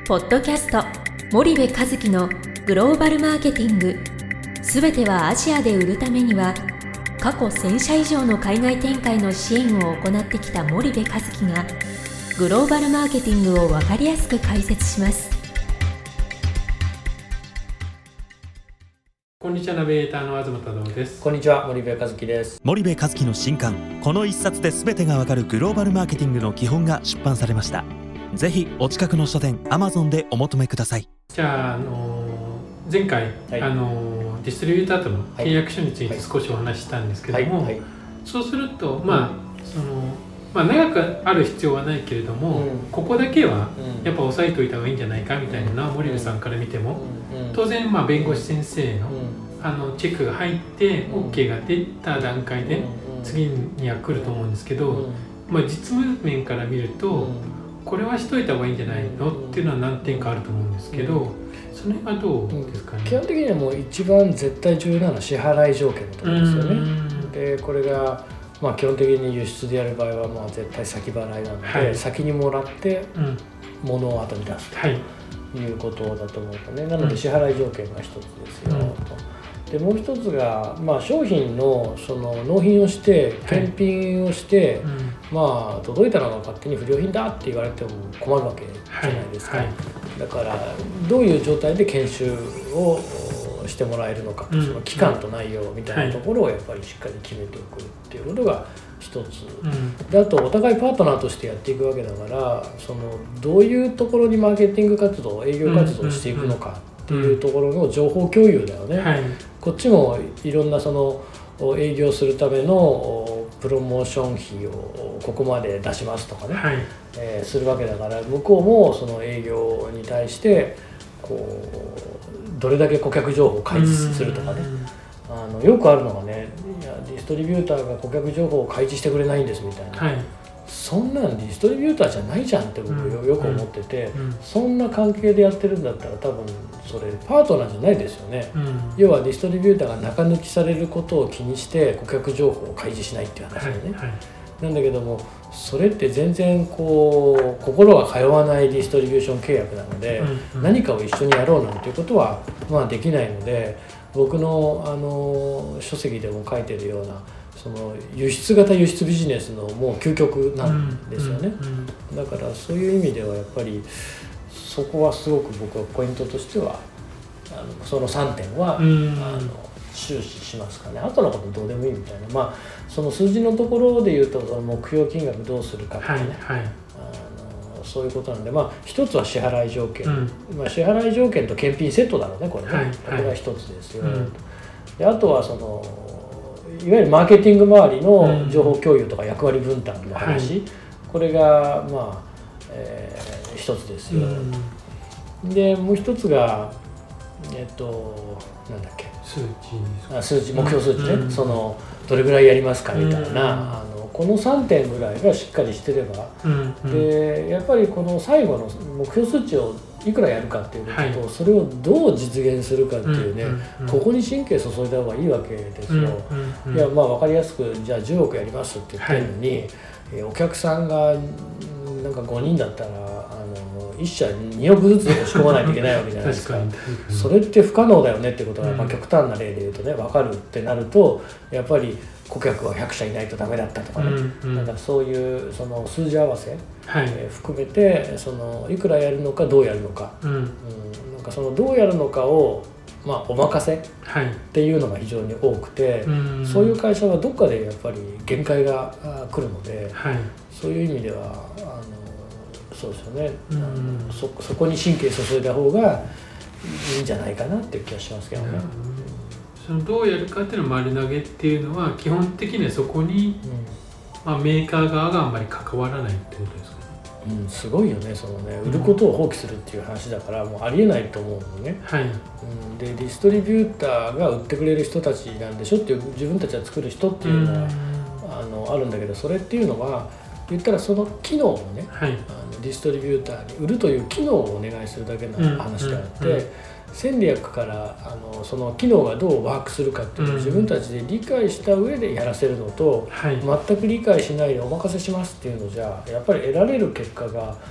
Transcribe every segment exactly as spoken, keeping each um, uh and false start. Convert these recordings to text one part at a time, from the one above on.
ポッドキャスト森部一樹のグローバルマーケティング、すべてはアジアで売るためには、過去せん社以上の海外展開の支援を行ってきた森部一樹がグローバルマーケティングを分かりやすく解説します。 こんにちは、ナビゲーターの東太郎です。 こんにちは、森部一樹です。 森部一樹の新刊、この一冊で全てがわかるグローバルマーケティングの基本が出版されました。ぜひお近くの書店 Amazon でお求めください。 じゃあ、あのー、前回、はい、あのー、ディストリビューターとの契約書について少しお話ししたんですけども、はいはいはい、そうすると、まあ、そのまあ、長くある必要はないけれども、うん、ここだけはやっぱ押さえておいた方がいいんじゃないかみたいなのは、森部さんから見ても、うん、当然、まあ、弁護士先生の、うん、あのチェックが入って、うん、OK が出た段階で、うん、次には来ると思うんですけど、うん、まあ、実務面から見ると、うん、これはしといた方がいいんじゃないのっていうのは何点かあると思うんですけど、うん、その辺はどうですかね。 基本的にはもう一番絶対重要なのは支払い条件のところですよね。でこれがまあ、基本的に輸出でやる場合はまあ絶対先払いなので、はい、先にもらって物を後に出すということだと思うとね、なので支払い条件が一つですよ、うん、でもう一つが、まあ、商品のその納品をして検品をして、はい、うん、まあ、届いたのが勝手に不良品だって言われても困るわけじゃないですか、はいはい、だからどういう状態で研修をしてもらえるのか、うん、その期間と内容みたいなところをやっぱりしっかり決めておくっていうことが一つ、うん、であとお互いパートナーとしてやっていくわけだから、そのどういうところにマーケティング活動、営業活動をしていくのかっていうところの情報共有だよね、はい、こっちもいろんなその営業するためのプロモーション費をここまで出しますとかね、はい、えー、するわけだから、向こうもその営業に対してこうどれだけ顧客情報を開示するとかね、あのよくあるのがね、いやディストリビューターが顧客情報を開示してくれないんですみたいな、はい、そんなんディストリビューターじゃないじゃんって僕よく思ってて、うんうん、そんな関係でやってるんだったら多分それパートナーじゃないですよね、うん、要はディストリビューターが中抜きされることを気にして顧客情報を開示しないっていう話だよね、はいはい、なんだけどもそれって全然こう心が通わないディストリビューション契約なので、うんうん、何かを一緒にやろうなんていうことはまあできないので、僕のあの書籍でも書いてるようなその輸出型輸出ビジネスのもう究極なんですよね、うんうんうん、だからそういう意味ではやっぱりそこはすごく僕はポイントとしてはあのそのさんてんは、うん、あの終始しますかね。あとのことどうでもいいみたいな、まあその数字のところで言うとその目標金額どうするかとかね、はいはい、あのそういうことなんで、まあ一つは支払い条件、うん、まあ、支払い条件と検品セットだろうねこれね、はいはい、これが一つですよ、うん、であとはそのいわゆるマーケティング周りの情報共有とか役割分担の話、うん、これがまあ、えー、一つですよ、うん、でもう一つがえっとなんだっけ数値あ数値目標数値ね、うん、そのどれぐらいやりますかみたいな、うん、あのこのさんてんぐらいがしっかりしてれば、うん、でやっぱりこの最後の目標数値をいくらやるかっていうことと、はい、それをどう実現するかっていうね、うん、ここに神経注いだ方がいいわけですよ、うん、いやまあ分かりやすくじゃあじゅうおくやりますって言ってるのに、はい、えお客さんがなんかごにんだったらあのいっ社におくずつ押し込まないといけないわけじゃないですかそれって不可能だよねってことが、まあ、極端な例で言うとね分かるってなると、やっぱり顧客はひゃくしゃいないとダメだったとかね、うんうん、なんかそういうその数字合わせ、はい、えー、含めてそのいくらやるのかどうやるのか、うんうん、なんかそのどうやるのかをまあお任せっていうのが非常に多くて、はい、そういう会社はどっかでやっぱり限界が来るので、はい、そういう意味ではあのそうですよね、うん、そ, そこに神経注いだ方がいいんじゃないかなっていう気がしますけどね、うん、 そのどうやるかっていうの丸投げっていうのは基本的にはそこに、うん、まあ、メーカー側があんまり関わらないってことですかね。 うん、すごいよね、そのね、売ることを放棄するっていう話だから、うん、もうありえないと思うのね、はい、うん、でディストリビューターが売ってくれる人たちなんでしょっていう、自分たちが作る人っていうのは、うん、あのあるんだけど、それっていうのは言ったらその機能をね、はい、あのディストリビューターに売るという機能をお願いするだけの話であって、うんうんうん、戦略からあのその機能がどうワークするかっていうのを自分たちで理解した上でやらせるのと、うん、全く理解しないでお任せしますっていうのじゃやっぱり得られる結果が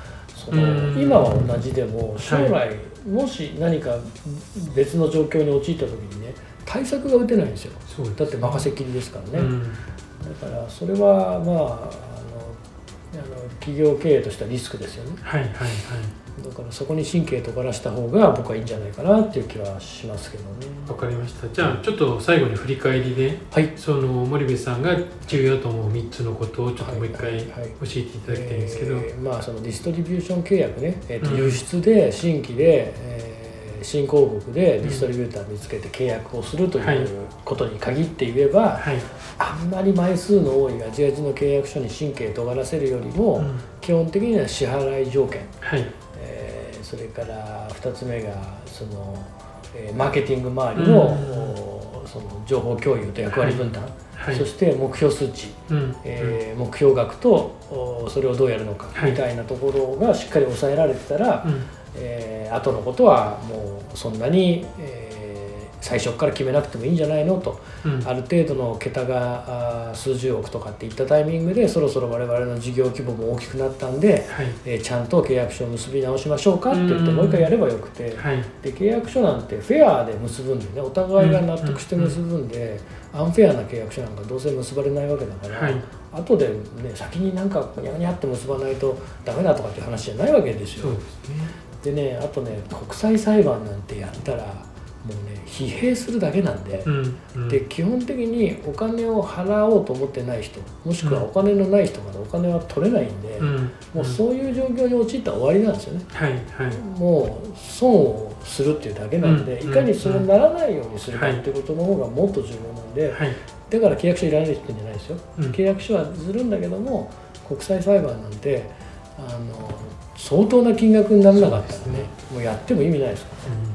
その今は同じでも将来、はい、もし何か別の状況に陥った時にね対策が打てないんですよ。そうですね、だって任せっきりですからね、うん、だからそれはまあ、あのあの企業経営としてはリスクですよね。 はいはいはい。 だからそこに神経とがらした方が僕はいいんじゃないかなっていう気はしますけどね。 わかりました。じゃあちょっと最後に振り返りで、はい、その森部さんが重要と思うみっつのことをちょっともう一回教えていただきたいんですけど、 えー、まあそのディストリビューション契約ね、えー、と輸出で新規で、えー、新興国でディストリビューター見つけて契約をするということに限って言えば、はい、あんまり枚数の多いアジア人の契約書に神経とがらせるよりも、うん、基本的には支払い条件、はい、それからふたつめがその、えー、マーケティング周りの、うん、その情報共有と役割分担、はい、そして目標数値、うん、えー、目標額とそれをどうやるのか、はい、みたいなところがしっかり抑えられてたら、うん、えー、後のことはもうそんなに、えー最初から決めなくてもいいんじゃないのと、うん、ある程度の桁が数十億とかっていったタイミングでそろそろ我々の事業規模も大きくなったんで、はい、えー、ちゃんと契約書を結び直しましょうかって言ってもう一回やればよくて、はい、で契約書なんてフェアで結ぶんでね、お互いが納得して結ぶんで、うん、アンフェアな契約書なんかどうせ結ばれないわけだから、はい、後でね先になんかニャニャって結ばないとダメだとかっていう話じゃないわけですよ。そうですね。でね、あとね国際裁判なんてやったらもうね疲弊するだけなんで、うんうん、で基本的にお金を払おうと思ってない人もしくはお金のない人までお金は取れないんで、うん、もうそういう状況に陥ったら終わりなんですよね、はいはい、もう損をするっていうだけなんで、うん、いかにそうならないようにするかっていうことの方がもっと重要なんで、はい、だから契約書いらないって言ってんじゃないですよ、うん、契約書はするんだけども国際裁判なんてあの相当な金額にならなかったらね、もうやっても意味ないですからね、うん、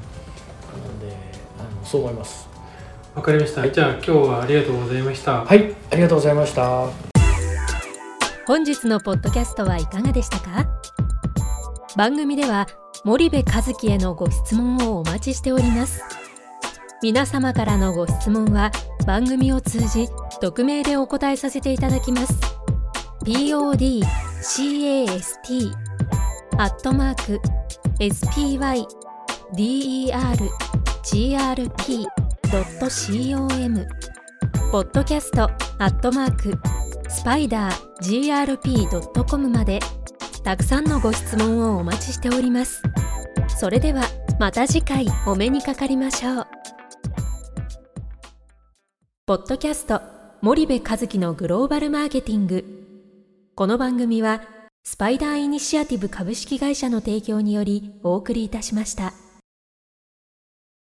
そう思います。 わかりました、はい、じゃあ今日はありがとうございました。 はい、ありがとうございました。 本日のポッドキャストはいかがでしたか？番組では森部一樹へのご質問をお待ちしております。皆様からのご質問は番組を通じ匿名でお答えさせていただきます。 ピーオーディーキャスト アットマーク エスピーワイディーイーアールジーアールピードットコム ポッドキャストアットマークスパイダー ジーアールピードットコム までたくさんのご質問をお待ちしております。それではまた次回お目にかかりましょう。ポッドキャスト森部一樹のグローバルマーケティング。この番組はスパイダーイニシアティブ株式会社の提供によりお送りいたしました。